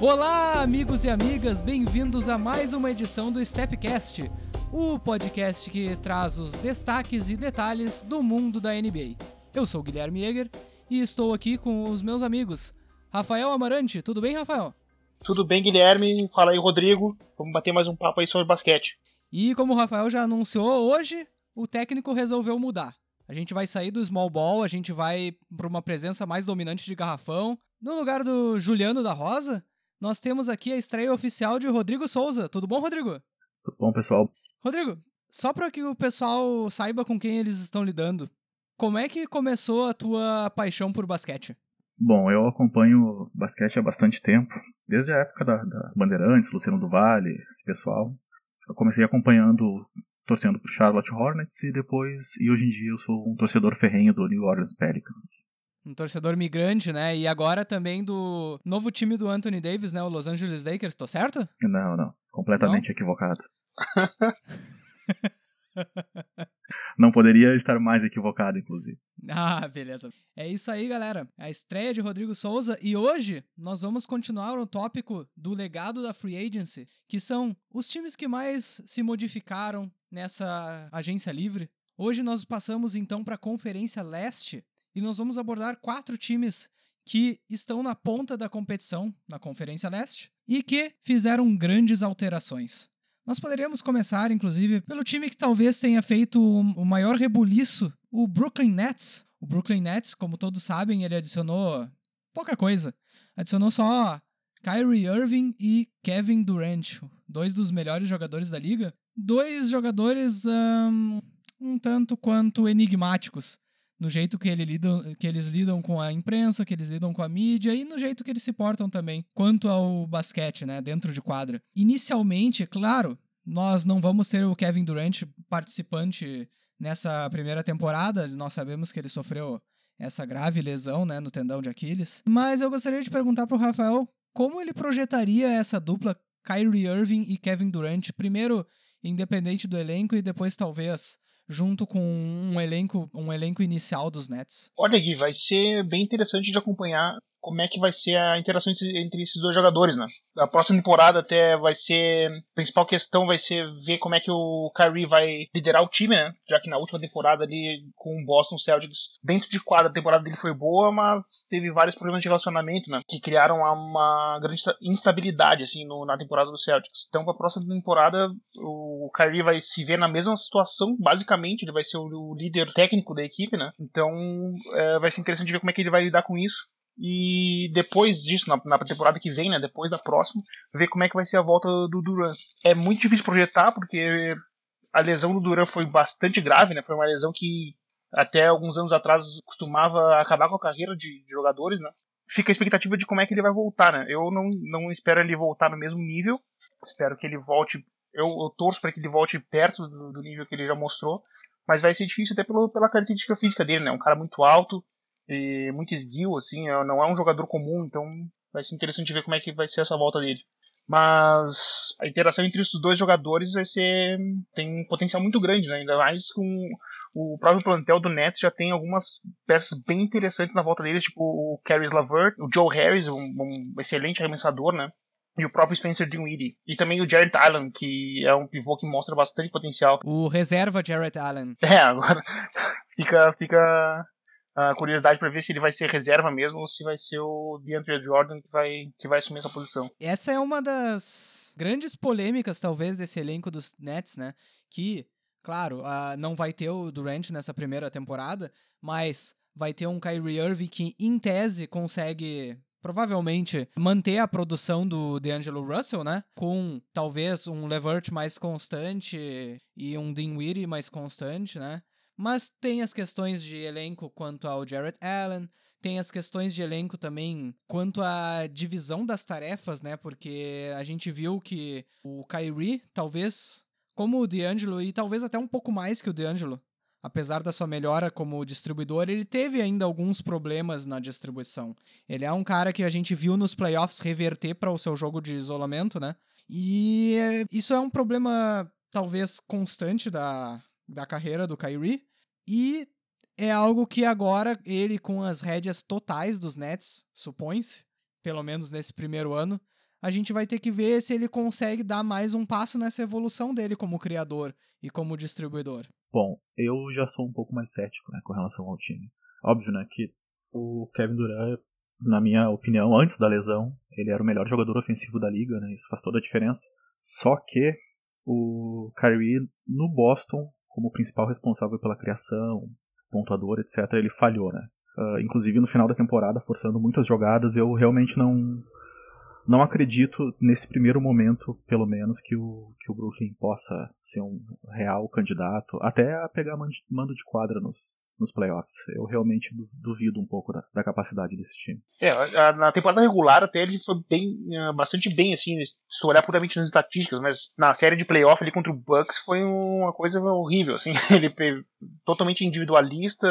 Olá, amigos e amigas, bem-vindos a mais uma edição do Stepcast, o podcast que traz os destaques e detalhes do mundo da NBA. Eu sou o Guilherme Jäger e estou aqui com os meus amigos. Rafael Amarante, tudo bem, Rafael? Tudo bem, Guilherme? Fala aí, Rodrigo. Vamos bater mais um papo aí sobre basquete. E como o Rafael já anunciou, hoje o técnico resolveu mudar. A gente vai sair do small ball, a gente vai para uma presença mais dominante de garrafão. No lugar do Juliano da Rosa, nós temos aqui a estreia oficial de Rodrigo Souza. Tudo bom, Rodrigo? Tudo bom, pessoal? Rodrigo, só para que o pessoal saiba com quem eles estão lidando, como é que começou a tua paixão por basquete? Bom, eu acompanho basquete há bastante tempo, desde a época da Bandeirantes, Luciano do Vale, esse pessoal. Eu comecei acompanhando, torcendo pro Charlotte Hornets e hoje em dia eu sou um torcedor ferrenho do New Orleans Pelicans. Um torcedor migrante, né? E agora também do novo time do Anthony Davis, né? O Los Angeles Lakers, tô certo? Não, completamente equivocado. Não poderia estar mais equivocado, inclusive. Ah, beleza. É isso aí, galera. A estreia de Rodrigo Souza e hoje nós vamos continuar o tópico do legado da Free Agency, que são os times que mais se modificaram nessa agência livre. Hoje nós passamos então para a Conferência Leste e nós vamos abordar 4 times que estão na ponta da competição na Conferência Leste e que fizeram grandes alterações. Nós poderíamos começar, inclusive, pelo time que talvez tenha feito o maior rebuliço, o Brooklyn Nets. O Brooklyn Nets, como todos sabem, ele adicionou pouca coisa. Adicionou só Kyrie Irving e Kevin Durant, 2 dos melhores jogadores da liga. 2 jogadores um tanto quanto enigmáticos, no jeito que eles lidam com a imprensa, que eles lidam com a mídia e no jeito que eles se portam também, quanto ao basquete, né, dentro de quadra. Inicialmente, claro, nós não vamos ter o Kevin Durant participante nessa primeira temporada, nós sabemos que ele sofreu essa grave lesão, né, no tendão de Aquiles, mas eu gostaria de perguntar para o Rafael como ele projetaria essa dupla Kyrie Irving e Kevin Durant, primeiro independente do elenco e depois talvez junto com um elenco inicial dos Nets. Olha, Gui, vai ser bem interessante de acompanhar como é que vai ser a interação entre esses dois jogadores, né? A próxima temporada até vai ser... A principal questão vai ser ver como é que o Kyrie vai liderar o time, né? Já que na última temporada ali com o Boston Celtics, dentro de quadra, a temporada dele foi boa, mas teve vários problemas de relacionamento, né? Que criaram uma grande instabilidade, assim, na temporada do Celtics. Então, para a próxima temporada, o Kyrie vai se ver na mesma situação, basicamente, ele vai ser o líder técnico da equipe, né? Então, vai ser interessante ver como é que ele vai lidar com isso. E depois disso, na temporada que vem, né, depois da próxima, ver como é que vai ser a volta do Durant. É muito difícil projetar, porque a lesão do Durant foi bastante grave, né? Foi uma lesão que até alguns anos atrás costumava acabar com a carreira de jogadores, né? Fica a expectativa de como é que ele vai voltar, né? Eu não espero ele voltar no mesmo nível, espero que ele volte, eu torço para que ele volte perto do nível que ele já mostrou, mas vai ser difícil até pela característica física dele, né? Um cara muito alto, e muito esguio, assim, não é um jogador comum, então vai ser interessante ver como é que vai ser essa volta dele. Mas a interação entre os dois jogadores tem um potencial muito grande, né? Ainda mais com o próprio plantel do Nets já tem algumas peças bem interessantes na volta deles, tipo o Caris LeVert, o Joe Harris, um excelente arremessador, né? E o próprio Spencer Dinwiddie. E também o Jarrett Allen, que é um pivô que mostra bastante potencial. O reserva Jarrett Allen. Agora fica a curiosidade para ver se ele vai ser reserva mesmo ou se vai ser o DeAndre Jordan que vai assumir essa posição. Essa é uma das grandes polêmicas, talvez, desse elenco dos Nets, né? Que, claro, não vai ter o Durant nessa primeira temporada, mas vai ter um Kyrie Irving que, em tese, consegue provavelmente manter a produção do D'Angelo Russell, né? Com talvez um LeVert mais constante e um Dinwiddie mais constante, né? Mas tem as questões de elenco quanto ao Jarrett Allen, tem as questões de elenco também quanto à divisão das tarefas, né? Porque a gente viu que o Kyrie, talvez, como o D'Angelo, e talvez até um pouco mais que o D'Angelo, apesar da sua melhora como distribuidor, ele teve ainda alguns problemas na distribuição. Ele é um cara que a gente viu nos playoffs reverter para o seu jogo de isolamento, né? E isso é um problema talvez constante da carreira do Kyrie. E é algo que agora ele, com as rédeas totais dos Nets, supõe-se, pelo menos nesse primeiro ano, a gente vai ter que ver se ele consegue dar mais um passo nessa evolução dele como criador e como distribuidor. Bom, eu já sou um pouco mais cético, né, com relação ao time. Óbvio, né, que o Kevin Durant, na minha opinião, antes da lesão, ele era o melhor jogador ofensivo da liga, né, isso faz toda a diferença. Só que o Kyrie, no Boston, como principal responsável pela criação, pontuador, etc., ele falhou, né. Inclusive no final da temporada, forçando muitas jogadas, eu realmente não acredito, nesse primeiro momento, pelo menos, que o Brooklyn possa ser um real candidato, até a pegar mando de quadra nos playoffs. Eu realmente duvido um pouco da capacidade desse time. Na temporada regular até ele foi bastante bem, assim, se tu olhar puramente nas estatísticas, mas na série de playoff ali contra o Bucks foi uma coisa horrível, assim. Ele totalmente individualista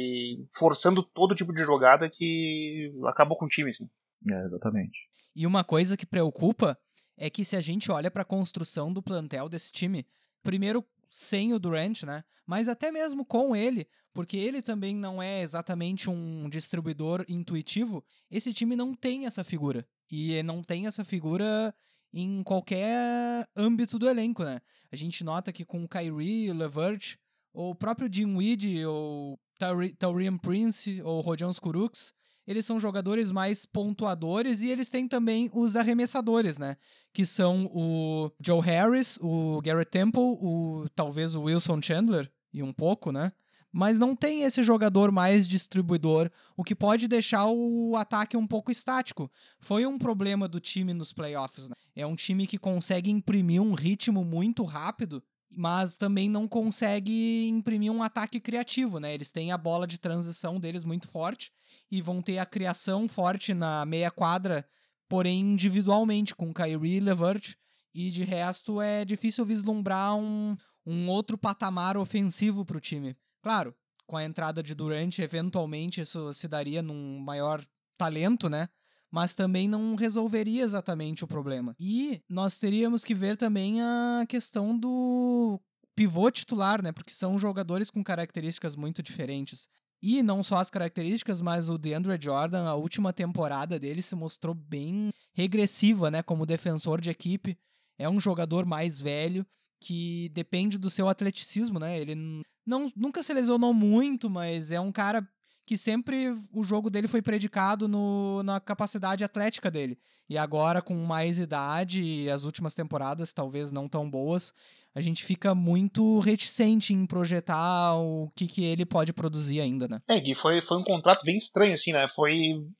e forçando todo tipo de jogada que acabou com o time, assim. Exatamente. E uma coisa que preocupa é que se a gente olha para a construção do plantel desse time, primeiro sem o Durant, né? Mas até mesmo com ele, porque ele também não é exatamente um distribuidor intuitivo, esse time não tem essa figura. E não tem essa figura em qualquer âmbito do elenco, né? A gente nota que com o Kyrie, o LeVert, ou o próprio Dinwiddie, ou Taurean Prince, ou Rodion Kurucs, eles são jogadores mais pontuadores e eles têm também os arremessadores, né? Que são o Joe Harris, o Garrett Temple, talvez o Wilson Chandler, e um pouco, né? Mas não tem esse jogador mais distribuidor, o que pode deixar o ataque um pouco estático. Foi um problema do time nos playoffs, né? É um time que consegue imprimir um ritmo muito rápido, mas também não consegue imprimir um ataque criativo, né? Eles têm a bola de transição deles muito forte e vão ter a criação forte na meia quadra, porém individualmente, com Kyrie e LeVert, e de resto é difícil vislumbrar um outro patamar ofensivo para o time. Claro, com a entrada de Durant, eventualmente isso se daria num maior talento, né? Mas também não resolveria exatamente o problema. E nós teríamos que ver também a questão do pivô titular, né? Porque são jogadores com características muito diferentes. E não só as características, mas o DeAndre Jordan, a última temporada dele se mostrou bem regressiva, né? Como defensor de equipe. É um jogador mais velho que depende do seu atleticismo, né? Ele nunca se lesionou muito, mas é um cara que sempre o jogo dele foi predicado na capacidade atlética dele. E agora, com mais idade e as últimas temporadas talvez não tão boas, a gente fica muito reticente em projetar o que ele pode produzir ainda, né? Gui, foi um contrato bem estranho, assim, né? Foi,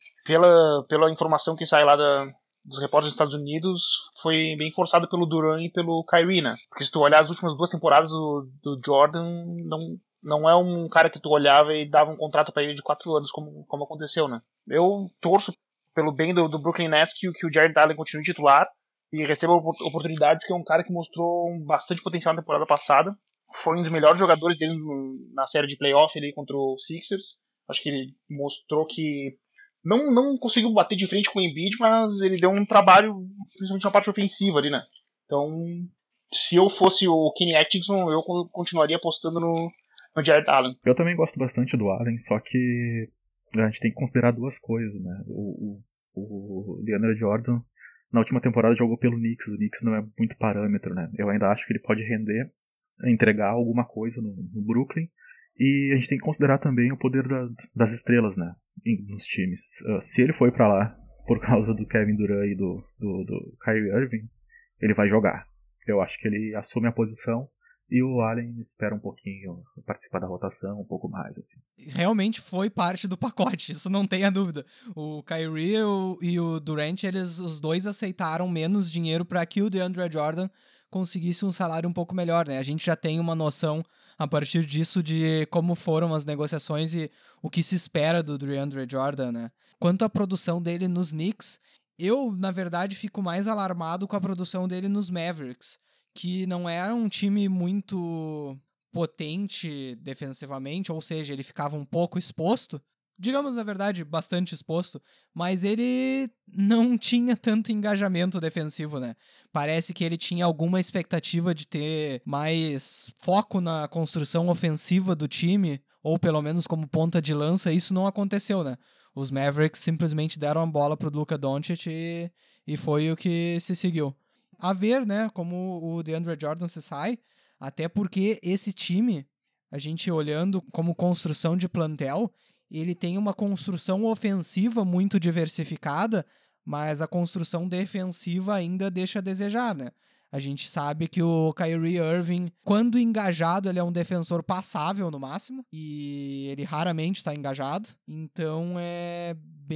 pela informação que sai lá dos repórteres dos Estados Unidos, foi bem forçado pelo Durant e pelo Kyrie, né? Porque se tu olhar as últimas 2 temporadas do Jordan, não é um cara que tu olhava e dava um contrato pra ele de 4 anos, como aconteceu, né? Eu torço pelo bem do Brooklyn Nets que o Jared Allen continue titular e receba a oportunidade, porque é um cara que mostrou bastante potencial na temporada passada. Foi um dos melhores jogadores dele na série de playoff ali contra o Sixers. Acho que ele mostrou que não conseguiu bater de frente com o Embiid, mas ele deu um trabalho, principalmente na parte ofensiva ali, né? Então, se eu fosse o Kenny Atkinson, eu continuaria apostando no Jared Allen. Eu também gosto bastante do Allen, só que a gente tem que considerar 2 coisas, né? O DeAndre Jordan, na última temporada, jogou pelo Knicks. O Knicks não é muito parâmetro, né? Eu ainda acho que ele pode render, entregar alguma coisa no Brooklyn. E a gente tem que considerar também o poder das estrelas, né? Nos times. Se ele foi pra lá por causa do Kevin Durant e do Kyrie Irving, ele vai jogar. Eu acho que ele assume a posição. E o Allen espera um pouquinho participar da rotação, um pouco mais, assim. Realmente foi parte do pacote, isso não tenha dúvida. O Kyrie e o Durant, os dois aceitaram menos dinheiro para que o DeAndre Jordan conseguisse um salário um pouco melhor, né? A gente já tem uma noção, a partir disso, de como foram as negociações e o que se espera do DeAndre Jordan, né? Quanto à produção dele nos Knicks, eu, na verdade, fico mais alarmado com a produção dele nos Mavericks, que não era um time muito potente defensivamente, ou seja, ele ficava um pouco exposto, digamos na verdade, bastante exposto, mas ele não tinha tanto engajamento defensivo, né? Parece que ele tinha alguma expectativa de ter mais foco na construção ofensiva do time, ou pelo menos como ponta de lança, isso não aconteceu, né? Os Mavericks simplesmente deram a bola pro Luka Doncic e foi o que se seguiu. A ver, né, como o DeAndre Jordan se sai, até porque esse time, a gente olhando como construção de plantel, ele tem uma construção ofensiva muito diversificada, mas a construção defensiva ainda deixa a desejar, né? A gente sabe que o Kyrie Irving, quando engajado, ele é um defensor passável no máximo, e ele raramente está engajado. Então é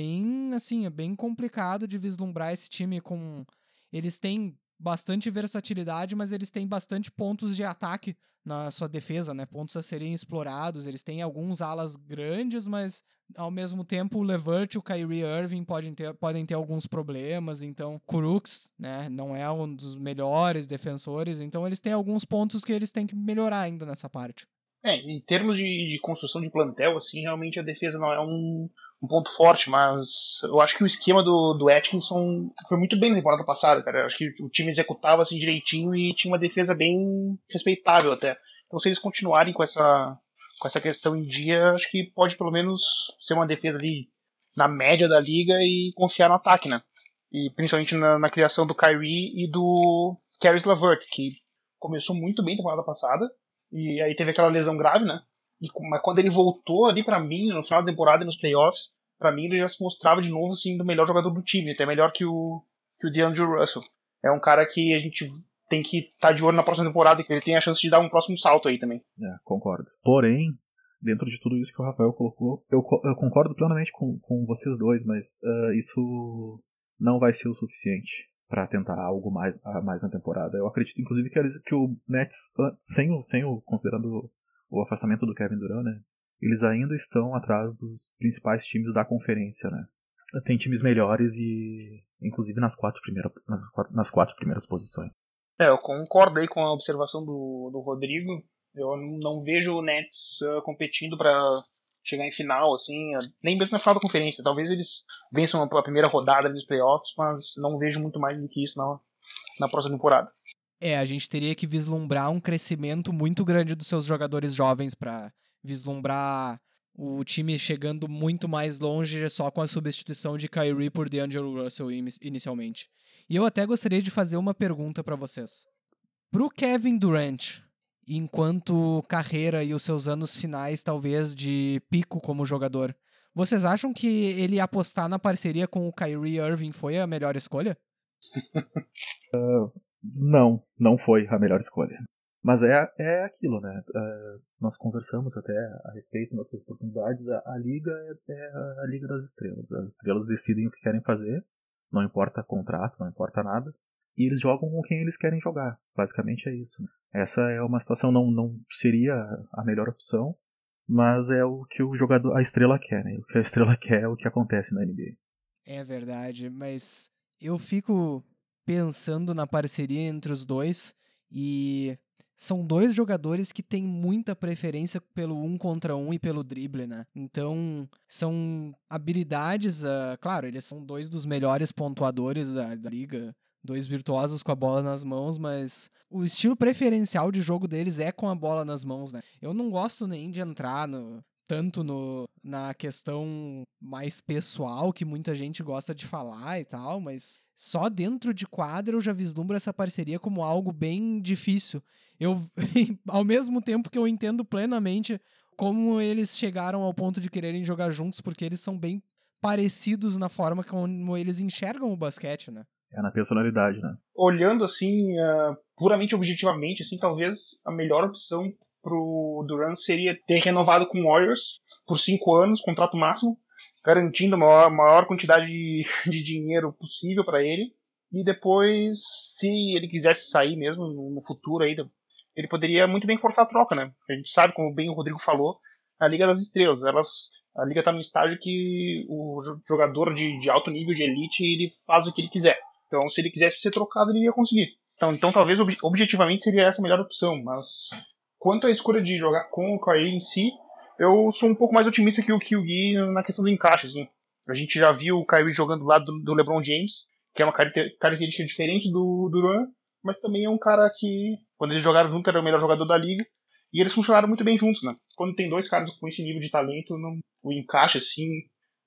bem complicado de vislumbrar esse time com... Eles têm bastante versatilidade, mas eles têm bastante pontos de ataque na sua defesa, né? Pontos a serem explorados. Eles têm alguns alas grandes, mas ao mesmo tempo o Levert e o Kyrie Irving podem ter alguns problemas. Então, Crooks, né, não é um dos melhores defensores. Então, eles têm alguns pontos que eles têm que melhorar ainda nessa parte. Em termos de construção de plantel, assim, realmente a defesa não é um ponto forte, mas eu acho que o esquema do Atkinson foi muito bem na temporada passada, cara. Eu acho que o time executava assim direitinho e tinha uma defesa bem respeitável até. Então, se eles continuarem com essa questão em dia, acho que pode pelo menos ser uma defesa ali na média da liga e confiar no ataque, né? E principalmente na criação do Kyrie e do Caris LeVert, que começou muito bem na temporada passada. E aí teve aquela lesão grave, né? Mas quando ele voltou ali pra mim, no final da temporada e nos playoffs, pra mim ele já se mostrava de novo assim, do melhor jogador do time, até melhor que o DeAndre Russell. É um cara que a gente tem que estar de olho na próxima temporada, que ele tem a chance de dar um próximo salto aí também. Concordo. Porém, dentro de tudo isso que o Rafael colocou, eu concordo plenamente com vocês dois, mas isso não vai ser o suficiente para tentar algo mais na temporada. Eu acredito, inclusive, que o Nets, considerando o afastamento do Kevin Durant, né, eles ainda estão atrás dos principais times da conferência, né. Tem times melhores e, inclusive, nas quatro primeiras posições. Eu concordo aí com a observação do Rodrigo. Eu não vejo o Nets competindo para chegar em final, assim, nem mesmo na final da conferência. Talvez eles vençam a primeira rodada nos playoffs, mas não vejo muito mais do que isso na próxima temporada. A gente teria que vislumbrar um crescimento muito grande dos seus jogadores jovens para vislumbrar o time chegando muito mais longe só com a substituição de Kyrie por DeAndre Russell inicialmente. E eu até gostaria de fazer uma pergunta para vocês. Pro Kevin Durant, enquanto carreira e os seus anos finais, talvez, de pico como jogador, vocês acham que ele apostar na parceria com o Kyrie Irving foi a melhor escolha? Não foi a melhor escolha. Mas é aquilo, né? Nós conversamos até a respeito, em outras oportunidades. A liga é a liga das estrelas. As estrelas decidem o que querem fazer, não importa contrato, não importa nada. E eles jogam com quem eles querem jogar. Basicamente é isso. Né? Essa é uma situação, não seria a melhor opção, mas é o que o jogador, a estrela quer, né? O que a estrela quer é o que acontece na NBA. É verdade, mas eu fico pensando na parceria entre os dois e são dois jogadores que têm muita preferência pelo 1 contra 1 e pelo drible, né? Então, são habilidades, claro, eles são dois dos melhores pontuadores da liga, dois virtuosos com a bola nas mãos, mas o estilo preferencial de jogo deles é com a bola nas mãos, né? Eu não gosto nem de entrar tanto na questão mais pessoal, que muita gente gosta de falar e tal, mas só dentro de quadra eu já vislumbro essa parceria como algo bem difícil. Ao mesmo tempo que eu entendo plenamente como eles chegaram ao ponto de quererem jogar juntos, porque eles são bem parecidos na forma como eles enxergam o basquete, né? Na personalidade, né? Olhando assim, puramente objetivamente, assim, talvez a melhor opção pro Durant seria ter renovado com o Warriors por 5 anos, contrato máximo, garantindo a maior quantidade de dinheiro possível para ele. E depois, se ele quisesse sair mesmo no futuro aí, ele poderia muito bem forçar a troca, né? A gente sabe, como bem o Rodrigo falou, a Liga das Estrelas, a Liga está no estágio que o jogador de alto nível, de elite, ele faz o que ele quiser. Então, se ele quisesse ser trocado, ele ia conseguir. Então talvez objetivamente seria essa a melhor opção, mas quanto à escolha de jogar com o Kyrie em si, eu sou um pouco mais otimista que o Gui na questão do encaixe. Assim. A gente já viu o Kyrie jogando do lado do LeBron James, que é uma característica diferente do Durant, mas também é um cara que, quando eles jogaram junto, era o melhor jogador da liga, e eles funcionaram muito bem juntos, né? Quando tem dois caras com esse nível de talento, o encaixe, assim,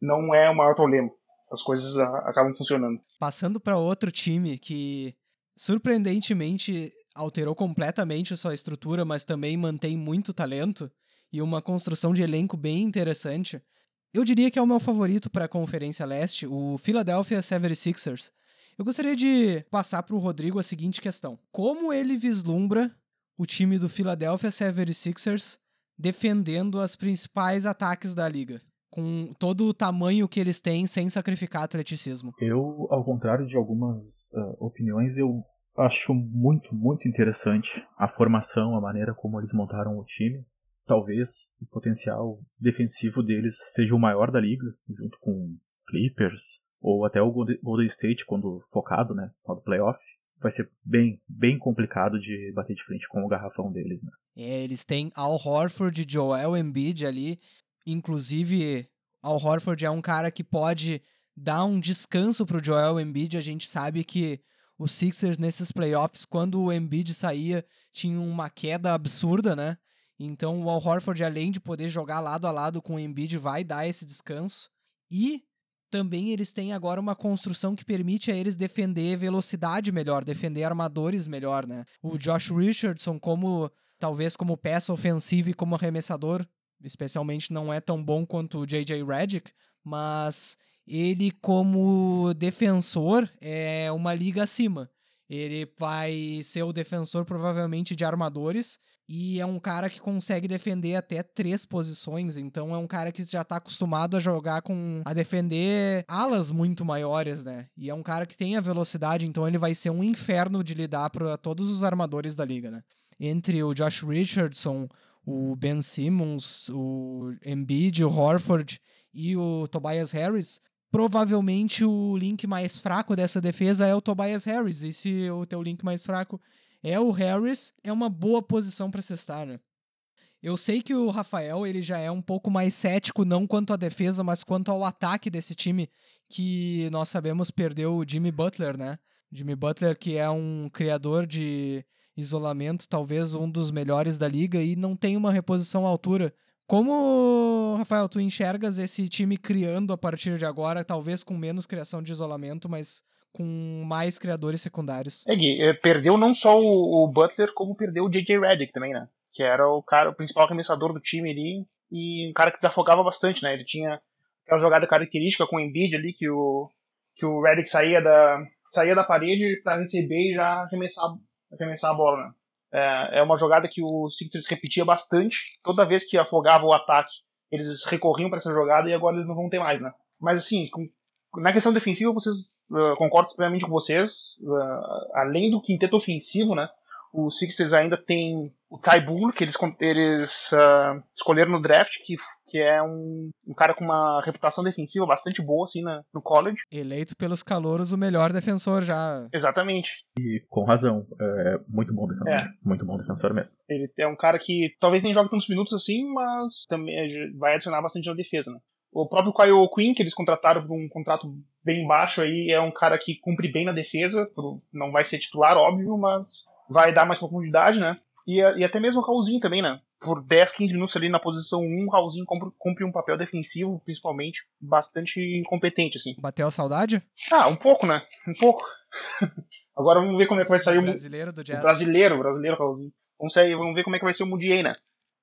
não é o maior problema. As coisas acabam funcionando. Passando para outro time que, surpreendentemente, alterou completamente a sua estrutura, mas também mantém muito talento e uma construção de elenco bem interessante, eu diria que é o meu favorito para a Conferência Leste, o Philadelphia 76ers. Eu gostaria de passar para o Rodrigo a seguinte questão. Como ele vislumbra o time do Philadelphia 76ers defendendo os principais ataques da liga, com todo o tamanho que eles têm sem sacrificar atleticismo? Eu, ao contrário de algumas opiniões, eu acho muito, muito interessante a formação, a maneira como eles montaram o time. Talvez o potencial defensivo deles seja o maior da liga, junto com Clippers, ou até o Golden State, quando focado, né, no playoff. Vai ser bem, bem complicado de bater de frente com o garrafão deles, né? Eles têm Al Horford e Joel Embiid ali. Inclusive, Al Horford é um cara que pode dar um descanso pro Joel Embiid. A gente sabe que os Sixers, nesses playoffs, quando o Embiid saía, tinha uma queda absurda, né? Então o Al Horford, além de poder jogar lado a lado com o Embiid, vai dar esse descanso. E também eles têm agora uma construção que permite a eles defender velocidade melhor, defender armadores melhor, né? O Josh Richardson, talvez como peça ofensiva e como arremessador, especialmente não é tão bom quanto o J.J. Redick, mas ele como defensor é uma liga acima. Ele vai ser o defensor provavelmente de armadores e é um cara que consegue defender até 3 posições, então é um cara que já tá acostumado a defender alas muito maiores, né? E é um cara que tem a velocidade, então ele vai ser um inferno de lidar para todos os armadores da liga, né? Entre o Josh Richardson, o Ben Simmons, o Embiid, o Horford e o Tobias Harris, provavelmente o link mais fraco dessa defesa é o Tobias Harris. E se o teu link mais fraco é o Harris, é uma boa posição para cestar, né? Eu sei que o Rafael ele já é um pouco mais cético, não quanto à defesa, mas quanto ao ataque desse time, que nós sabemos perdeu o Jimmy Butler, né? Jimmy Butler, que é um criador de isolamento, talvez um dos melhores da liga, e não tem uma reposição à altura. Como, Rafael, tu enxergas esse time criando a partir de agora, talvez com menos criação de isolamento, mas com mais criadores secundários? Gui, perdeu não só o Butler, como perdeu o J.J. Redick também, né? Que era o principal arremessador do time ali, e um cara que desafogava bastante, né? Ele tinha aquela jogada característica com o Embiid ali, que o Redick saía da parede para receber e já arremessar a bola, né? É uma jogada que o Sixers repetia bastante. Toda vez que afogava o ataque, eles recorriam para essa jogada e agora eles não vão ter mais, né? Mas assim, na questão defensiva, concordo plenamente com vocês. Além do quinteto ofensivo, né? O Sixers ainda tem o Ty Bull, que eles escolheram no draft, que é um cara com uma reputação defensiva bastante boa assim, no college. Eleito pelos calouros o melhor defensor já. Exatamente. E com razão, muito bom defensor. Muito bom defensor mesmo. Ele é um cara que talvez nem jogue tantos minutos assim, mas também vai adicionar bastante na defesa, né? O próprio Kyle Quinn, que eles contrataram por um contrato bem baixo aí, é um cara que cumpre bem na defesa, não vai ser titular, óbvio, mas vai dar mais profundidade, né? E até mesmo o Raulzinho também, né? Por 10, 15 minutos ali na posição 1, o Raulzinho cumpre um papel defensivo, principalmente, bastante competente, assim. Bateu a saudade? Um pouco, né? Um pouco. Agora vamos ver como é que vai sair o brasileiro do Jazz. O brasileiro Raulzinho. Vamos ver como é que vai ser o Moody, né?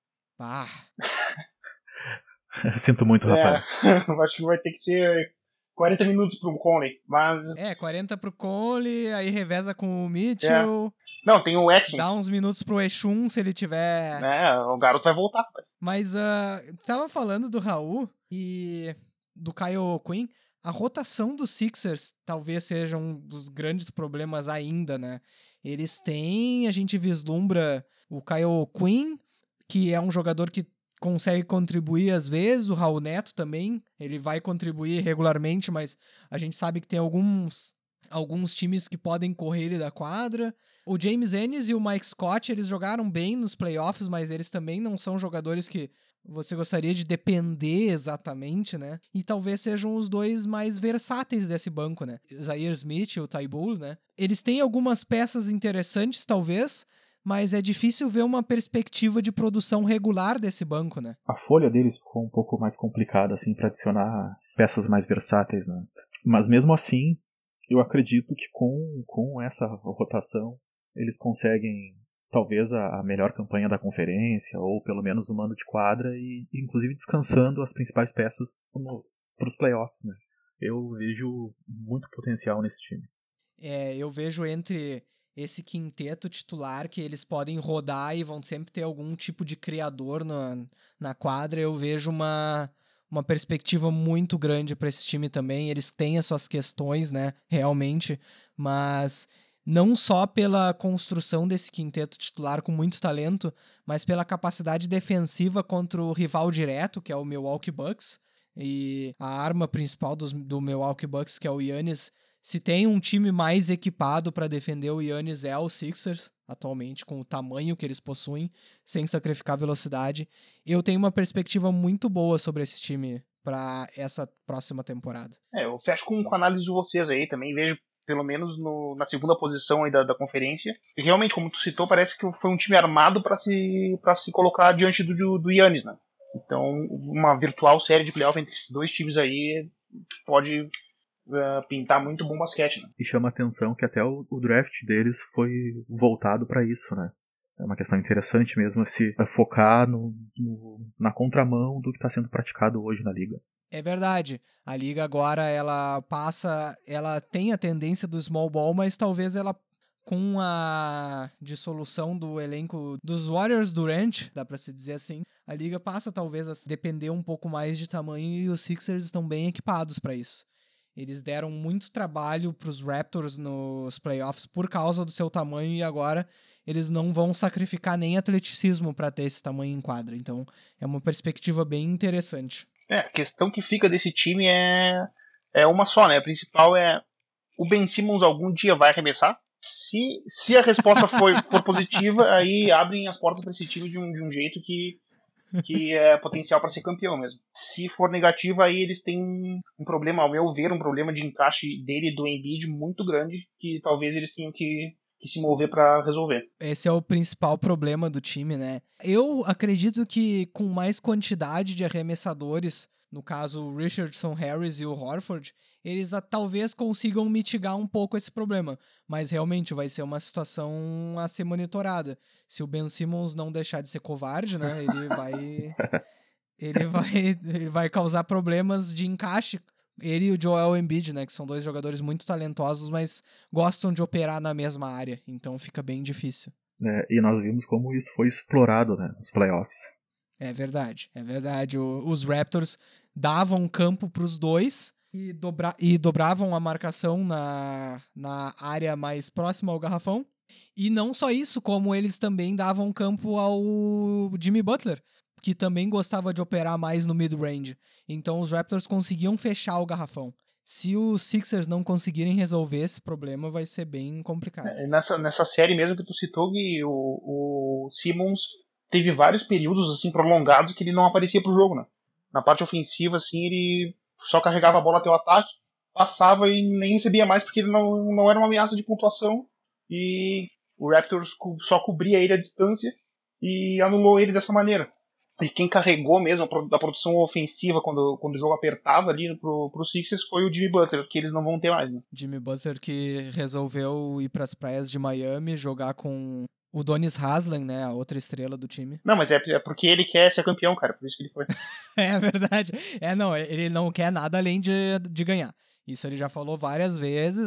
Sinto muito, Rafael. Acho que vai ter que ser 40 minutos pro Conley, mas... 40 pro Conley, aí reveza com o Mitchell. Não, tem o Atkins. Dá uns minutos pro Exum, se ele tiver... o garoto vai voltar. Mas tava falando do Raul e do Kyle Quinn. A rotação dos Sixers talvez seja um dos grandes problemas ainda, né? Eles têm, a gente vislumbra o Kyle Quinn, que é um jogador que consegue contribuir às vezes, o Raul Neto também, ele vai contribuir regularmente, mas a gente sabe que tem alguns times que podem correr ele da quadra. O James Ennis e o Mike Scott, eles jogaram bem nos playoffs, mas eles também não são jogadores que você gostaria de depender exatamente, né? E talvez sejam os dois mais versáteis desse banco, né? O Zhaire Smith e o Ty Bull, né? Eles têm algumas peças interessantes, talvez, mas é difícil ver uma perspectiva de produção regular desse banco, né? A folha deles ficou um pouco mais complicada, assim, para adicionar peças mais versáteis, né? Mas mesmo assim, eu acredito que com essa rotação, eles conseguem talvez a melhor campanha da conferência, ou pelo menos o mando de quadra, e inclusive descansando as principais peças para os playoffs, né? Eu vejo muito potencial nesse time. Eu vejo entre esse quinteto titular que eles podem rodar e vão sempre ter algum tipo de criador na quadra, eu vejo uma perspectiva muito grande para esse time também. Eles têm as suas questões, né, realmente, mas não só pela construção desse quinteto titular com muito talento, mas pela capacidade defensiva contra o rival direto, que é o Milwaukee Bucks, e a arma principal do Milwaukee Bucks, que é o Giannis. Se tem um time mais equipado para defender o Giannis é o Sixers, atualmente, com o tamanho que eles possuem, sem sacrificar velocidade. Eu tenho uma perspectiva muito boa sobre esse time para essa próxima temporada. Eu fecho com a análise de vocês aí, também vejo pelo menos na segunda posição aí da conferência. E realmente, como tu citou, parece que foi um time armado para se colocar diante do Giannis, né? Então, uma virtual série de playoff entre esses dois times aí pode pintar muito bom basquete, né? E chama a atenção que até o draft deles foi voltado para isso, né? É uma questão interessante mesmo se focar na contramão do que está sendo praticado hoje na liga. É verdade. A liga agora, ela tem a tendência do small ball, mas talvez ela, com a dissolução do elenco dos Warriors Durant, dá pra se dizer assim, a liga passa talvez a depender um pouco mais de tamanho e os Sixers estão bem equipados para isso. Eles deram muito trabalho para os Raptors nos playoffs por causa do seu tamanho e agora eles não vão sacrificar nem atleticismo para ter esse tamanho em quadra. Então é uma perspectiva bem interessante. A questão que fica desse time é uma só, né? A principal é o Ben Simmons algum dia vai arremessar? Se a resposta for positiva, aí abrem as portas para esse time de um jeito que é potencial para ser campeão mesmo. Se for negativa, aí eles têm um problema, ao meu ver, um problema de encaixe dele e do Embiid muito grande, que talvez eles tenham que se mover para resolver. Esse é o principal problema do time, né? Eu acredito que com mais quantidade de arremessadores, no caso o Richardson, Harris e o Horford, eles talvez consigam mitigar um pouco esse problema, mas realmente vai ser uma situação a ser monitorada. Se o Ben Simmons não deixar de ser covarde, né, ele vai causar problemas de encaixe. Ele e o Joel Embiid, né, que são dois jogadores muito talentosos, mas gostam de operar na mesma área, então fica bem difícil. E nós vimos como isso foi explorado, né, nos playoffs. É verdade. Os Raptors davam campo para os dois e dobravam a marcação na área mais próxima ao garrafão. E não só isso, como eles também davam campo ao Jimmy Butler, que também gostava de operar mais no mid-range. Então os Raptors conseguiam fechar o garrafão. Se os Sixers não conseguirem resolver esse problema, vai ser bem complicado. Nessa série mesmo que tu citou, Gui, o Simmons teve vários períodos assim prolongados que ele não aparecia pro jogo, né? Na parte ofensiva, assim, ele só carregava a bola até o ataque, passava e nem recebia mais porque ele não era uma ameaça de pontuação. E o Raptors só cobria ele à distância e anulou ele dessa maneira. E quem carregou mesmo a produção ofensiva quando o jogo apertava ali pro Sixers foi o Jimmy Butler, que eles não vão ter mais, né? Jimmy Butler que resolveu ir pras praias de Miami, jogar com o Donis Haslem, né, a outra estrela do time. Não, mas é porque ele quer ser campeão, cara, por isso que ele foi. É verdade. Não, ele não quer nada além de ganhar. Isso ele já falou várias vezes,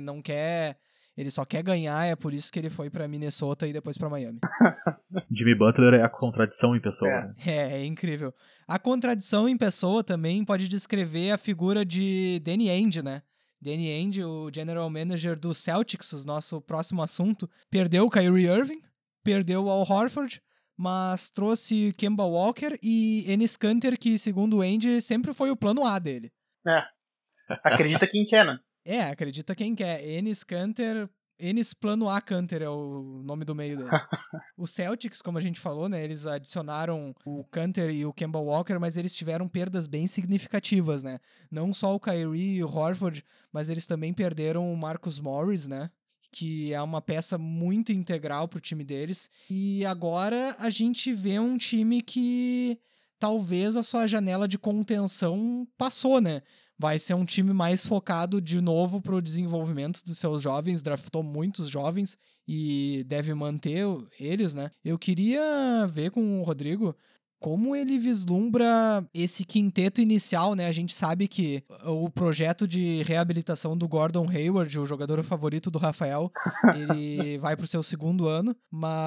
ele só quer ganhar, é por isso que ele foi pra Minnesota e depois pra Miami. Jimmy Butler é a contradição em pessoa. É. Né? É incrível. A contradição em pessoa também pode descrever a figura de Danny Ainge, né? Danny Ainge, o general manager do Celtics, nosso próximo assunto, perdeu o Kyrie Irving, perdeu o Al Horford, mas trouxe Kemba Walker e Enes Kanter, que segundo o Ainge sempre foi o plano A dele. Acredita quem quer, né? Acredita quem quer. Enes Plano A Kanter é o nome do meio dele. O Celtics, como a gente falou, né, eles adicionaram o Kanter e o Kemba Walker, mas eles tiveram perdas bem significativas, né? Não só o Kyrie e o Horford, mas eles também perderam o Marcus Morris, né? que é uma peça muito integral pro time deles. E agora a gente vê um time que talvez a sua janela de contenção passou, né? Vai ser um time mais focado de novo pro desenvolvimento dos seus jovens, draftou muitos jovens e deve manter eles, né? Eu queria ver com o Rodrigo como ele vislumbra esse quinteto inicial, né? A gente sabe que o projeto de reabilitação do Gordon Hayward, o jogador favorito do Rafael, ele vai pro seu segundo ano,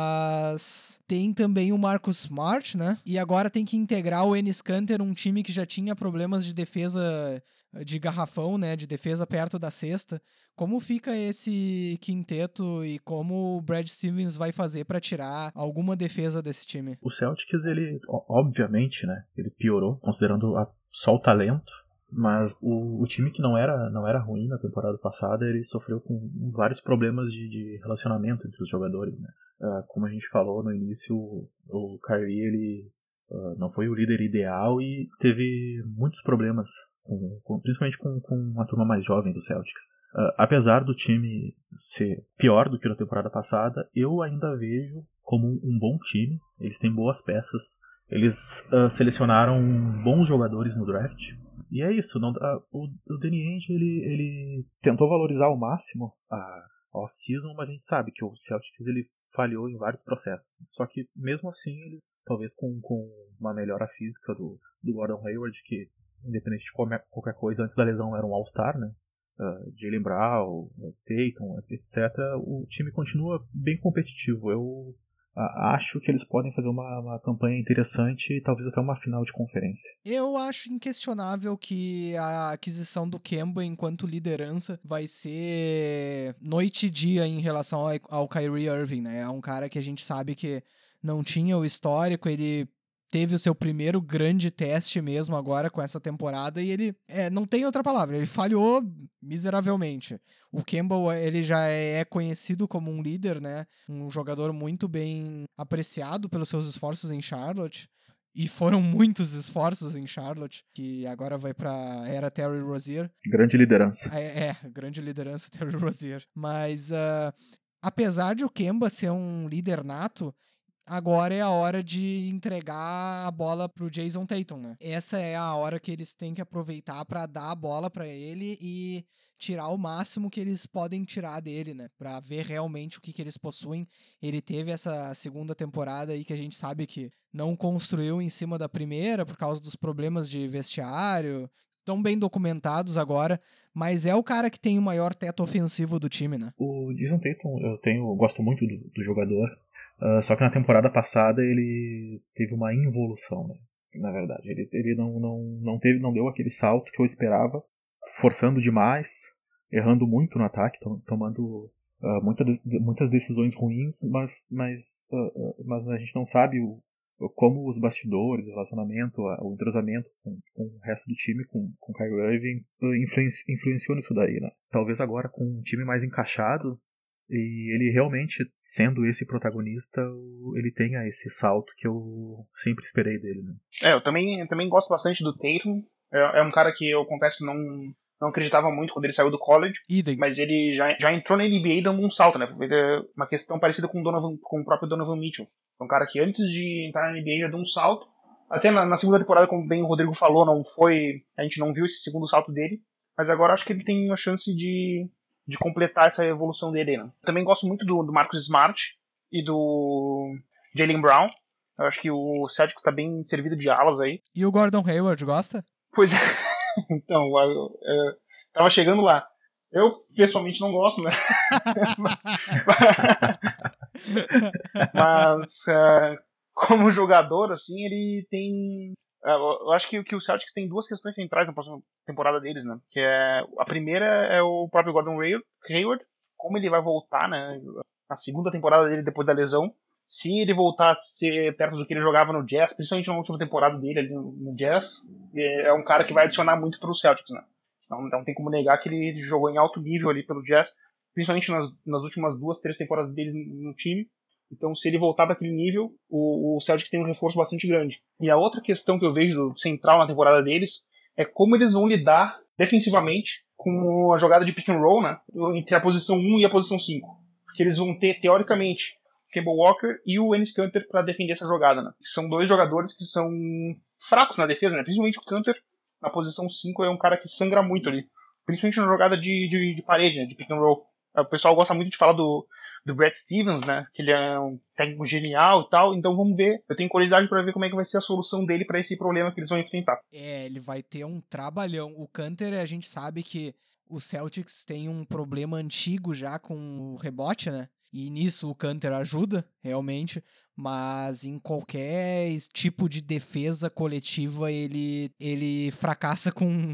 mas tem também o Marcus Smart, né? E agora tem que integrar o Enes Kanter, um time que já tinha problemas de defesa de garrafão, né? De defesa perto da cesta. Como fica esse quinteto e como o Brad Stevens vai fazer para tirar alguma defesa desse time? O Celtics, ele, obviamente, né, ele piorou, considerando só o talento, mas o time que não era ruim na temporada passada, ele sofreu com vários problemas de relacionamento entre os jogadores, né. Como a gente falou no início, o Kyrie, ele não foi o líder ideal e teve muitos problemas, principalmente com a turma mais jovem do Celtics. Apesar do time ser pior do que na temporada passada, eu ainda vejo como um bom time. Eles têm boas peças. Eles selecionaram bons jogadores no draft. E é isso. O Danny Ainge, ele tentou valorizar ao máximo a off-season, mas a gente sabe que o Celtics ele falhou em vários processos. Só que mesmo assim, ele, talvez com uma melhora física do Gordon Hayward, que independente de qualquer coisa, antes da lesão era um All-Star, né? Jaylen Brown, Tatum, etc. O time continua bem competitivo. Eu acho que eles podem fazer uma campanha interessante e talvez até uma final de conferência. Eu acho inquestionável que a aquisição do Kemba enquanto liderança vai ser noite e dia em relação ao Kyrie Irving, né? É um cara que a gente sabe que não tinha o histórico, ele teve o seu primeiro grande teste mesmo agora com essa temporada e ele, não tem outra palavra, ele falhou miseravelmente. O Kemba, ele já é conhecido como um líder, né? Um jogador muito bem apreciado pelos seus esforços em Charlotte. E foram muitos esforços em Charlotte, que agora vai pra era Terry Rozier. Grande liderança. Grande liderança Terry Rozier. Mas, apesar de o Kemba ser um líder nato, agora é a hora de entregar a bola pro Jason Tatum, né? Essa é a hora que eles têm que aproveitar para dar a bola para ele e tirar o máximo que eles podem tirar dele, né? Pra ver realmente o que eles possuem. Ele teve essa segunda temporada aí que a gente sabe que não construiu em cima da primeira por causa dos problemas de vestiário. Estão bem documentados agora, mas é o cara que tem o maior teto ofensivo do time, né? O Jason Tatum, eu gosto muito do jogador. Só que na temporada passada ele teve uma involução, né? Na verdade. Ele não deu aquele salto que eu esperava, forçando demais, errando muito no ataque, tomando muitas decisões ruins, mas a gente não sabe como os bastidores, o relacionamento, o entrosamento com o resto do time, com o Kyrie Irving, influenciou nisso daí, né? Talvez agora com um time mais encaixado, e ele realmente, sendo esse protagonista, ele tenha esse salto que eu sempre esperei dele, né? Eu também gosto bastante do Tatum. É um cara que eu confesso que não acreditava muito quando ele saiu do college. Mas ele já entrou na NBA dando um salto, né? Foi uma questão parecida com o próprio Donovan Mitchell. É um cara que antes de entrar na NBA já deu um salto. Até na segunda temporada, como bem o Rodrigo falou, a gente não viu esse segundo salto dele. Mas agora acho que ele tem uma chance de completar essa evolução dele, né? Também gosto muito do Marcus Smart e do Jaylen Brown. Eu acho que o Celtics está bem servido de alas aí. E o Gordon Hayward, gosta? Pois é. Então, tava chegando lá. Eu, pessoalmente, não gosto, né? Mas, como jogador, assim, ele tem... Eu acho que o Celtics tem duas questões centrais na próxima temporada deles, né? Que a primeira é o próprio Gordon Hayward, como ele vai voltar, né? Na segunda temporada dele depois da lesão. Se ele voltar a ser perto do que ele jogava no Jazz, principalmente na última temporada dele ali no Jazz, é um cara que vai adicionar muito pro Celtics, né? Não tem como negar que ele jogou em alto nível ali pelo Jazz, principalmente nas últimas 2-3 temporadas dele no time. Então, se ele voltar daquele nível, o Celtics tem um reforço bastante grande. E a outra questão que eu vejo central na temporada deles é como eles vão lidar defensivamente com a jogada de pick and roll, né? Entre a posição 1 e a posição 5. Porque eles vão ter, teoricamente, Kemba Walker e o Enes Kanter para defender essa jogada, né? São dois jogadores que são fracos na defesa, né? Principalmente o Kanter, na posição 5, é um cara que sangra muito ali. Principalmente na jogada de parede, né? De pick and roll. O pessoal gosta muito de falar do Brad Stevens, né? Que ele é um técnico genial e tal. Então vamos ver. Eu tenho curiosidade para ver como é que vai ser a solução dele para esse problema que eles vão enfrentar. Ele vai ter um trabalhão. O Kanter, a gente sabe que o Celtics tem um problema antigo já com o rebote, né? E nisso o Kanter ajuda, realmente. Mas em qualquer tipo de defesa coletiva, ele fracassa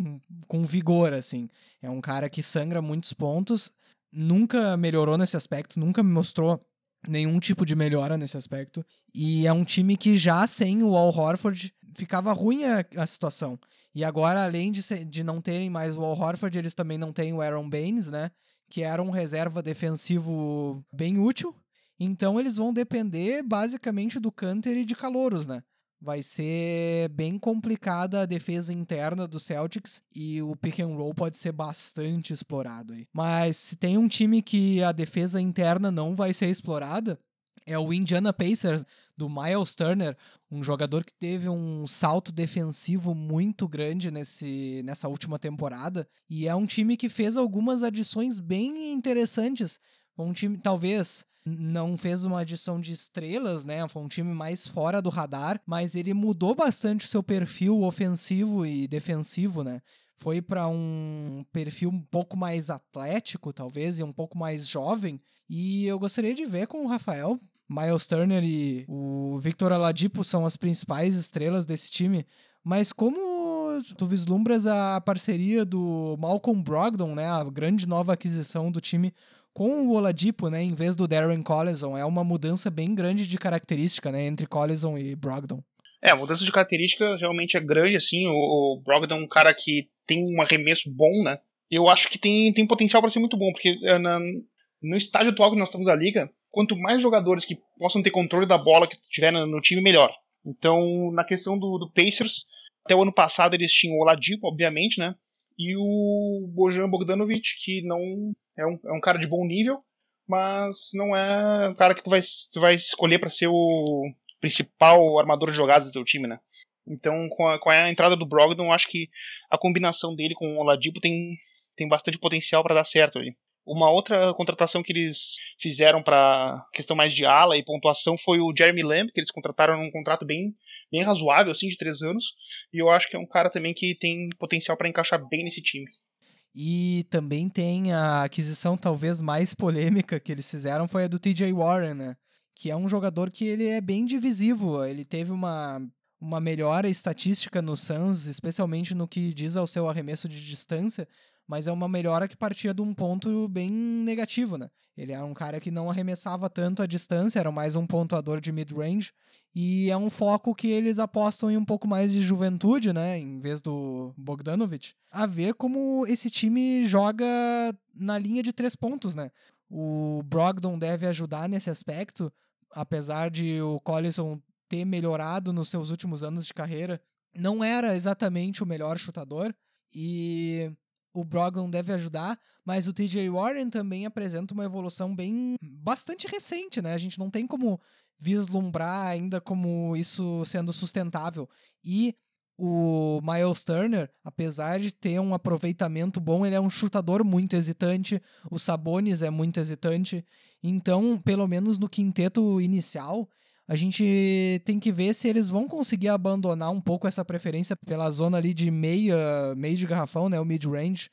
com vigor, assim. É um cara que sangra muitos pontos. Nunca melhorou nesse aspecto, nunca me mostrou nenhum tipo de melhora nesse aspecto. E é um time que já sem o Al Horford ficava ruim a situação. E agora, além de não terem mais o Al Horford, eles também não têm o Aaron Baines, né? Que era um reserva defensivo bem útil. Então eles vão depender basicamente do Kanter e de calouros, né? Vai ser bem complicada a defesa interna do Celtics e o pick and roll pode ser bastante explorado aí. Mas se tem um time que a defesa interna não vai ser explorada, é o Indiana Pacers, do Miles Turner, um jogador que teve um salto defensivo muito grande nessa última temporada, e é um time que fez algumas adições bem interessantes. Um time, talvez, não fez uma adição de estrelas, né? Foi um time mais fora do radar, mas ele mudou bastante o seu perfil ofensivo e defensivo, né? Foi para um perfil um pouco mais atlético, talvez, e um pouco mais jovem. E eu gostaria de ver com o Rafael. Miles Turner e o Victor Oladipo são as principais estrelas desse time. Mas como tu vislumbras a parceria do Malcolm Brogdon, né? A grande nova aquisição do time com o Oladipo, né? Em vez do Darren Collison. É uma mudança bem grande de característica, né? Entre Collison e Brogdon. A mudança de característica realmente é grande, assim. O Brogdon é um cara que tem um arremesso bom, né? Eu acho que tem potencial para ser muito bom, porque no estágio atual que nós estamos da liga, quanto mais jogadores que possam ter controle da bola que tiver no time, melhor. Então, na questão do Pacers, até o ano passado eles tinham o Oladipo, obviamente, né? E o Bojan Bogdanovic, que não é um cara de bom nível, mas não é um cara que tu vai escolher para ser o principal armador de jogadas do teu time, né? Então, com a entrada do Brogdon, eu acho que a combinação dele com o Oladipo tem bastante potencial para dar certo aí. Uma outra contratação que eles fizeram para questão mais de ala e pontuação foi o Jeremy Lamb, que eles contrataram num contrato bem razoável, assim, de 3 anos. E eu acho que é um cara também que tem potencial para encaixar bem nesse time. E também tem a aquisição talvez mais polêmica que eles fizeram foi a do TJ Warren, né? Que é um jogador que ele é bem divisivo. Ele teve uma melhora estatística no Suns, especialmente no que diz ao seu arremesso de distância, mas é uma melhora que partia de um ponto bem negativo, né? Ele é um cara que não arremessava tanto a distância, era mais um pontuador de mid-range, e é um foco que eles apostam em um pouco mais de juventude, né? Em vez do Bogdanovic. A ver como esse time joga na linha de 3 pontos, né? O Brogdon deve ajudar nesse aspecto, apesar de o Collison ter melhorado nos seus últimos anos de carreira. Não era exatamente o melhor chutador, e o Brogdon deve ajudar, mas o TJ Warren também apresenta uma evolução bastante recente, né? A gente não tem como vislumbrar ainda como isso sendo sustentável. E o Miles Turner, apesar de ter um aproveitamento bom, ele é um chutador muito hesitante, o Sabonis é muito hesitante, então, pelo menos no quinteto inicial, a gente tem que ver se eles vão conseguir abandonar um pouco essa preferência pela zona ali de meio de garrafão, né, o mid-range,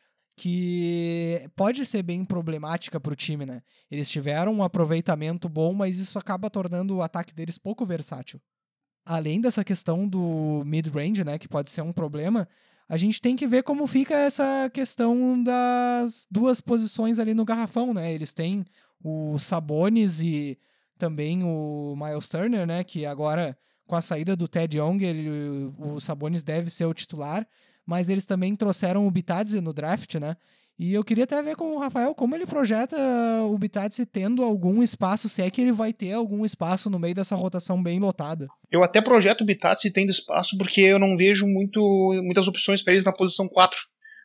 que pode ser bem problemática para o time, né? Eles tiveram um aproveitamento bom, mas isso acaba tornando o ataque deles pouco versátil. Além dessa questão do mid-range, né, que pode ser um problema, a gente tem que ver como fica essa questão das duas posições ali no garrafão, né? Eles têm o Sabonis e também o Miles Turner, né, que agora, com a saída do Ted Young, o Sabonis deve ser o titular, mas eles também trouxeram o Bitadze no draft, né? E eu queria até ver com o Rafael como ele projeta o Bitadze tendo algum espaço, se é que ele vai ter algum espaço no meio dessa rotação bem lotada. Eu até projeto o Bitadze tendo espaço porque eu não vejo muitas opções para eles na posição 4.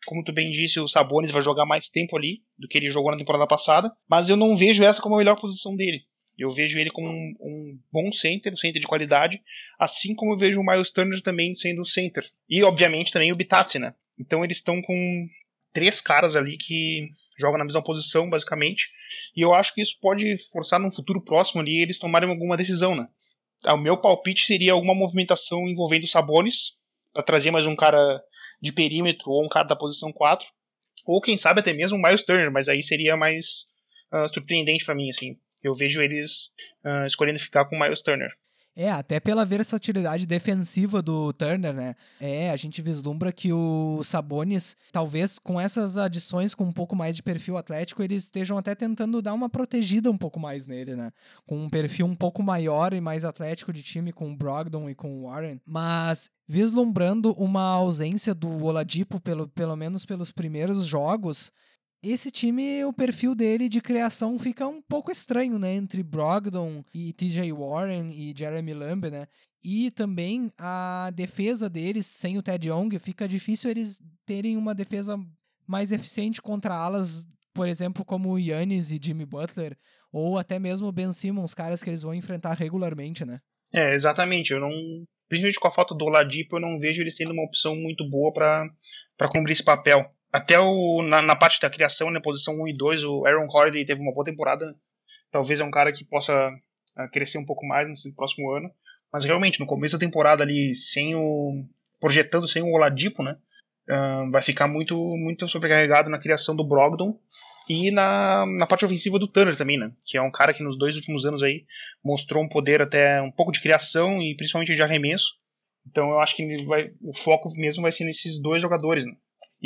como tu bem disse, o Sabonis vai jogar mais tempo ali do que ele jogou na temporada passada, mas eu não vejo essa como a melhor posição dele. Eu vejo ele como um bom center, um center de qualidade, assim como eu vejo o Miles Turner também sendo center. E, obviamente, também o Bitadze, né? Então eles estão com 3 caras ali que jogam na mesma posição, basicamente, e eu acho que isso pode forçar num futuro próximo ali eles tomarem alguma decisão, né? O meu palpite seria alguma movimentação envolvendo o Sabonis, para trazer mais um cara de perímetro ou um cara da posição 4, ou quem sabe até mesmo o Miles Turner, mas aí seria mais surpreendente para mim, assim. Eu vejo eles escolhendo ficar com o Miles Turner. Até pela versatilidade defensiva do Turner, né? A gente vislumbra que o Sabonis, talvez com essas adições com um pouco mais de perfil atlético, eles estejam até tentando dar uma protegida um pouco mais nele, né? Com um perfil um pouco maior e mais atlético de time, com o Brogdon e com o Warren. Mas vislumbrando uma ausência do Oladipo, pelo menos pelos primeiros jogos, esse time, o perfil dele de criação fica um pouco estranho, né? Entre Brogdon e TJ Warren e Jeremy Lamb, né? E também a defesa deles, sem o Ted Young, fica difícil eles terem uma defesa mais eficiente contra alas, por exemplo, como o Giannis e Jimmy Butler, ou até mesmo o Ben Simmons, caras que eles vão enfrentar regularmente, né? Exatamente. Principalmente com a falta do Oladipo, eu não vejo ele sendo uma opção muito boa para cumprir esse papel. Até na parte da criação, na posição 1 e 2, o Aaron Holiday teve uma boa temporada. Talvez é um cara que possa crescer um pouco mais nesse próximo ano. Mas realmente, no começo da temporada ali, projetando sem o Oladipo, né? Vai ficar muito, muito sobrecarregado na criação do Brogdon e na parte ofensiva do Turner também, né? Que é um cara que nos 2 últimos anos aí mostrou um poder até um pouco de criação e principalmente de arremesso. Então eu acho que o foco mesmo vai ser nesses 2 jogadores, né?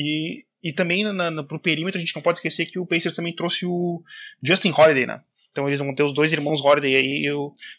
E também pro perímetro a gente não pode esquecer que o Pacers também trouxe o Justin Holiday, né? Então eles vão ter os 2 irmãos Holiday aí.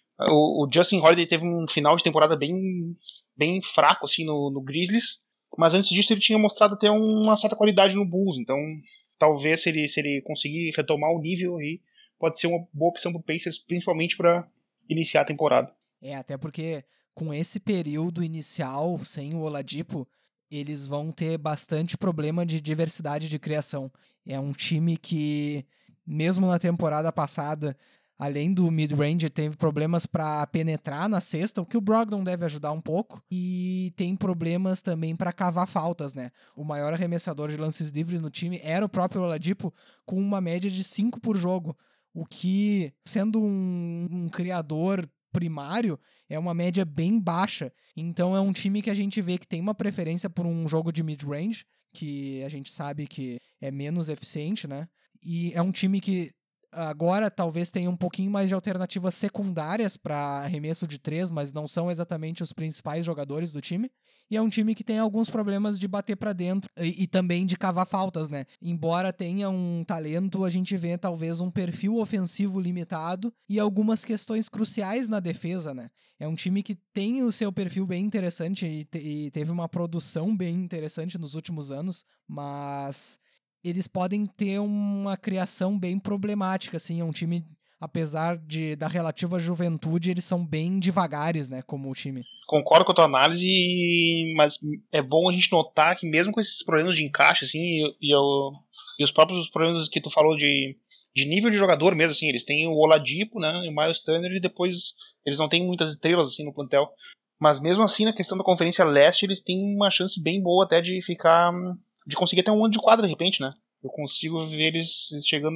O Justin Holiday teve um final de temporada bem, bem fraco assim no Grizzlies, mas antes disso ele tinha mostrado até uma certa qualidade no Bulls. Então talvez se ele conseguir retomar o nível aí, pode ser uma boa opção pro Pacers, principalmente para iniciar a temporada. Até porque com esse período inicial, sem o Oladipo, eles vão ter bastante problema de diversidade de criação. É um time que, mesmo na temporada passada, além do mid-range, teve problemas para penetrar na cesta, o que o Brogdon deve ajudar um pouco, e tem problemas também para cavar faltas, né? O maior arremessador de lances livres no time era o próprio Oladipo, com uma média de 5 por jogo, o que, sendo um criador primário, é uma média bem baixa. Então é um time que a gente vê que tem uma preferência por um jogo de mid-range, que a gente sabe que é menos eficiente, né? E é um time que agora talvez tenha um pouquinho mais de alternativas secundárias para arremesso de 3, mas não são exatamente os principais jogadores do time. E é um time que tem alguns problemas de bater para dentro e também de cavar faltas, né? Embora tenha um talento, a gente vê talvez um perfil ofensivo limitado e algumas questões cruciais na defesa, né? É um time que tem o seu perfil bem interessante e teve uma produção bem interessante nos últimos anos, mas eles podem ter uma criação bem problemática, assim, é um time, apesar da relativa juventude, eles são bem devagares, né, como o time. Concordo com a tua análise, mas é bom a gente notar que mesmo com esses problemas de encaixe, assim, e os próprios problemas que tu falou de nível de jogador mesmo, assim, eles têm o Oladipo, né, e o Miles Turner, e depois eles não têm muitas estrelas, assim, no plantel. Mas mesmo assim, na questão da Conferência Leste, eles têm uma chance bem boa até de conseguir até um ano de quadra, de repente, né? Eu consigo ver eles chegando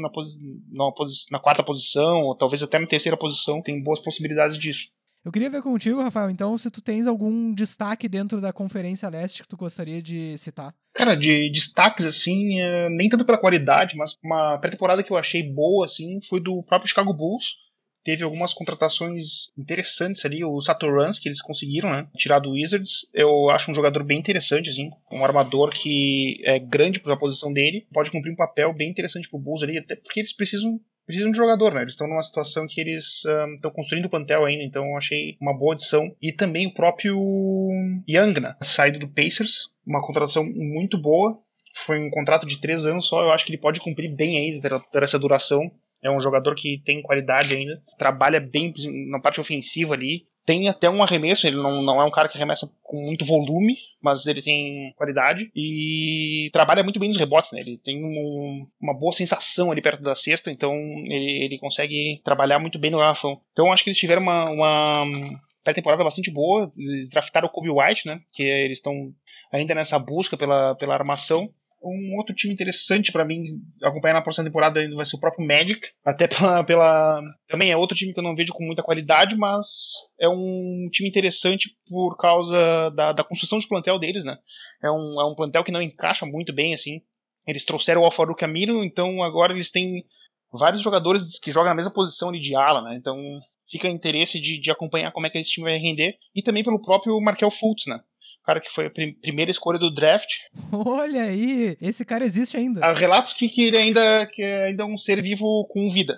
na 4ª posição, ou talvez até na 3ª posição. Tem boas possibilidades disso. Eu queria ver contigo, Rafael, então, se tu tens algum destaque dentro da Conferência Leste que tu gostaria de citar. Cara, de destaques, assim, nem tanto pela qualidade, mas uma pré-temporada que eu achei boa, assim, foi do próprio Chicago Bulls. Teve algumas contratações interessantes ali, o Satoransky, que eles conseguiram, né, tirar do Wizards. Eu acho um jogador bem interessante, assim, um armador que é grande para a posição dele, pode cumprir um papel bem interessante pro Bulls ali, até porque eles precisam de jogador, né? Eles estão numa situação que eles estão construindo o plantel ainda, então eu achei uma boa adição. E também o próprio Young, né, saído do Pacers, uma contratação muito boa. Foi um contrato de 3 anos só, eu acho que ele pode cumprir bem aí essa duração. É um jogador que tem qualidade ainda, trabalha bem na parte ofensiva ali. Tem até um arremesso, ele não é um cara que arremessa com muito volume, mas ele tem qualidade e trabalha muito bem nos rebotes, né? Ele tem uma boa sensação ali perto da cesta, então ele consegue trabalhar muito bem no garrafão. Então acho que eles tiveram uma pré-temporada bastante boa, eles draftaram o Kobe White, né? Que eles estão ainda nessa busca pela armação. Um outro time interessante pra mim acompanhar na próxima temporada vai ser o próprio Magic, até também é outro time que eu não vejo com muita qualidade, mas é um time interessante por causa da construção de plantel deles, né? É um plantel que não encaixa muito bem, assim. Eles trouxeram o Al-Farouq Aminu, então agora eles têm vários jogadores que jogam na mesma posição ali de ala, né? Então fica interesse de acompanhar como é que esse time vai render, e também pelo próprio Markelle Fultz, né? Cara que foi a primeira escolha do draft. Olha aí, esse cara existe ainda. Há relatos que ele ainda é um ser vivo com vida.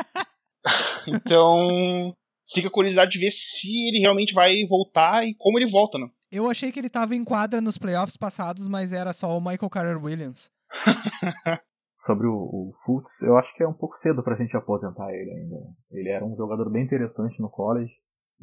Então, fica a curiosidade de ver se ele realmente vai voltar e como ele volta, né? Eu achei que ele tava em quadra nos playoffs passados, mas era só o Michael Carter Williams. Sobre o Fultz, eu acho que é um pouco cedo pra gente aposentar ele ainda. Ele era um jogador bem interessante no college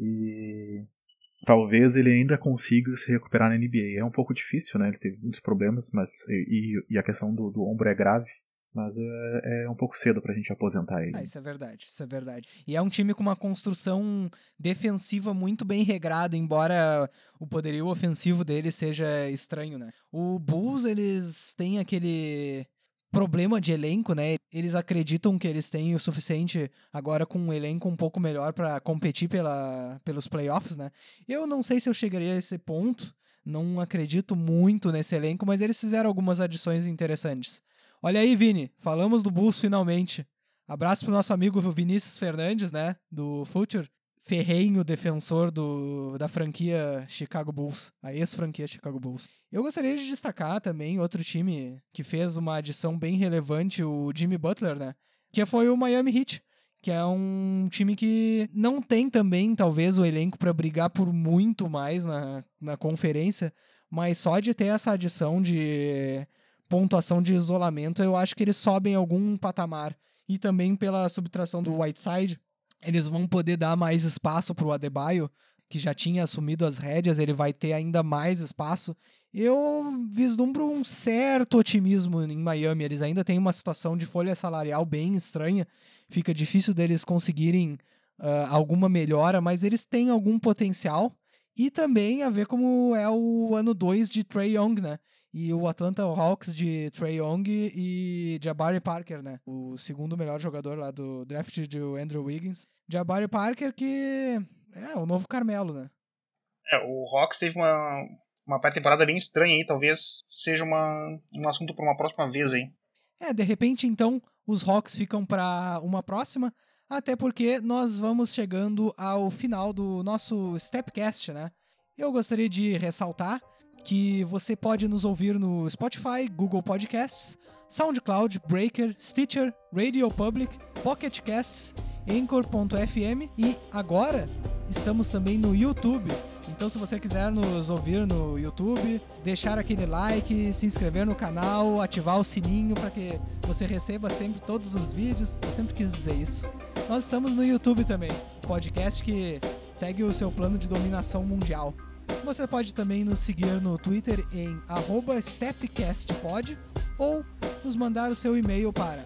e talvez ele ainda consiga se recuperar na NBA. É um pouco difícil, né? Ele teve muitos problemas, mas e a questão do ombro é grave. Mas é um pouco cedo pra gente aposentar ele. Isso é verdade. E é um time com uma construção defensiva muito bem regrada, embora o poderio ofensivo dele seja estranho, né? O Bulls, eles têm aquele problema de elenco, né? Eles acreditam que eles têm o suficiente agora com um elenco um pouco melhor para competir pelos playoffs, né? Eu não sei se eu chegaria a esse ponto, não acredito muito nesse elenco, mas eles fizeram algumas adições interessantes. Olha aí, Vini, falamos do Bulls finalmente. Abraço pro nosso amigo Vinícius Fernandes, né? Do Future. Ferrenho defensor da franquia Chicago Bulls, a ex-franquia Chicago Bulls. Eu gostaria de destacar também outro time que fez uma adição bem relevante, o Jimmy Butler, né? Que foi o Miami Heat, que é um time que não tem também, talvez, o elenco para brigar por muito mais na conferência, mas só de ter essa adição de pontuação de isolamento, eu acho que eles sobem algum patamar. E também pela subtração do Whiteside, eles vão poder dar mais espaço para o Adebayo, que já tinha assumido as rédeas, ele vai ter ainda mais espaço. Eu vislumbro um certo otimismo em Miami. Eles ainda têm uma situação de folha salarial bem estranha, fica difícil deles conseguirem alguma melhora, mas eles têm algum potencial. E também a ver como é o ano 2 de Trae Young, né? E o Atlanta Hawks de Trae Young e Jabari Parker, né? O segundo melhor jogador lá do draft do Andrew Wiggins. Jabari Parker que é o novo Carmelo, né? O Hawks teve uma pré-temporada bem estranha aí, talvez seja um assunto para uma próxima vez aí. De repente, então, os Hawks ficam para uma próxima, até porque nós vamos chegando ao final do nosso Stepcast, né? Eu gostaria de ressaltar que você pode nos ouvir no Spotify, Google Podcasts, SoundCloud, Breaker, Stitcher, Radio Public, Pocket Casts, Anchor.fm e agora estamos também no YouTube. Então, se você quiser nos ouvir no YouTube, deixar aquele like, se inscrever no canal, ativar o sininho para que você receba sempre todos os vídeos. Eu sempre quis dizer isso. Nós estamos no YouTube também, podcast que segue o seu plano de dominação mundial. Você pode também nos seguir no Twitter em @stepcastpod ou nos mandar o seu e-mail para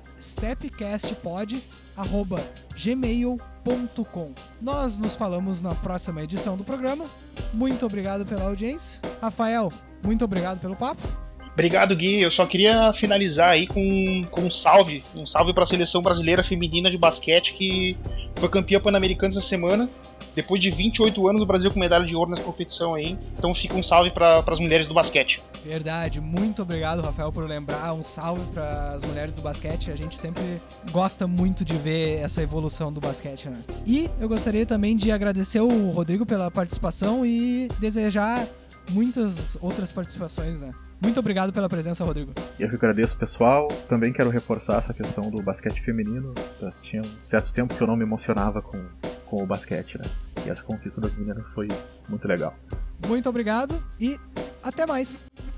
stepcastpod@gmail.com. Nós nos falamos na próxima edição do programa. Muito obrigado pela audiência. Rafael, muito obrigado pelo papo. Obrigado, Gui. Eu só queria finalizar aí com um salve para a seleção brasileira feminina de basquete que foi campeã pan-americana essa semana. Depois de 28 anos, o Brasil com medalha de ouro nessa competição aí. Então fica um salve para as mulheres do basquete. Verdade, muito obrigado, Rafael, por lembrar. Um salve para as mulheres do basquete. A gente sempre gosta muito de ver essa evolução do basquete, né? E eu gostaria também de agradecer o Rodrigo pela participação e desejar muitas outras participações, né? Muito obrigado pela presença, Rodrigo. Eu que agradeço, pessoal. Também quero reforçar essa questão do basquete feminino. Tinha um certo tempo que eu não me emocionava com o basquete, né? E essa conquista das meninas foi muito legal. Muito obrigado e até mais!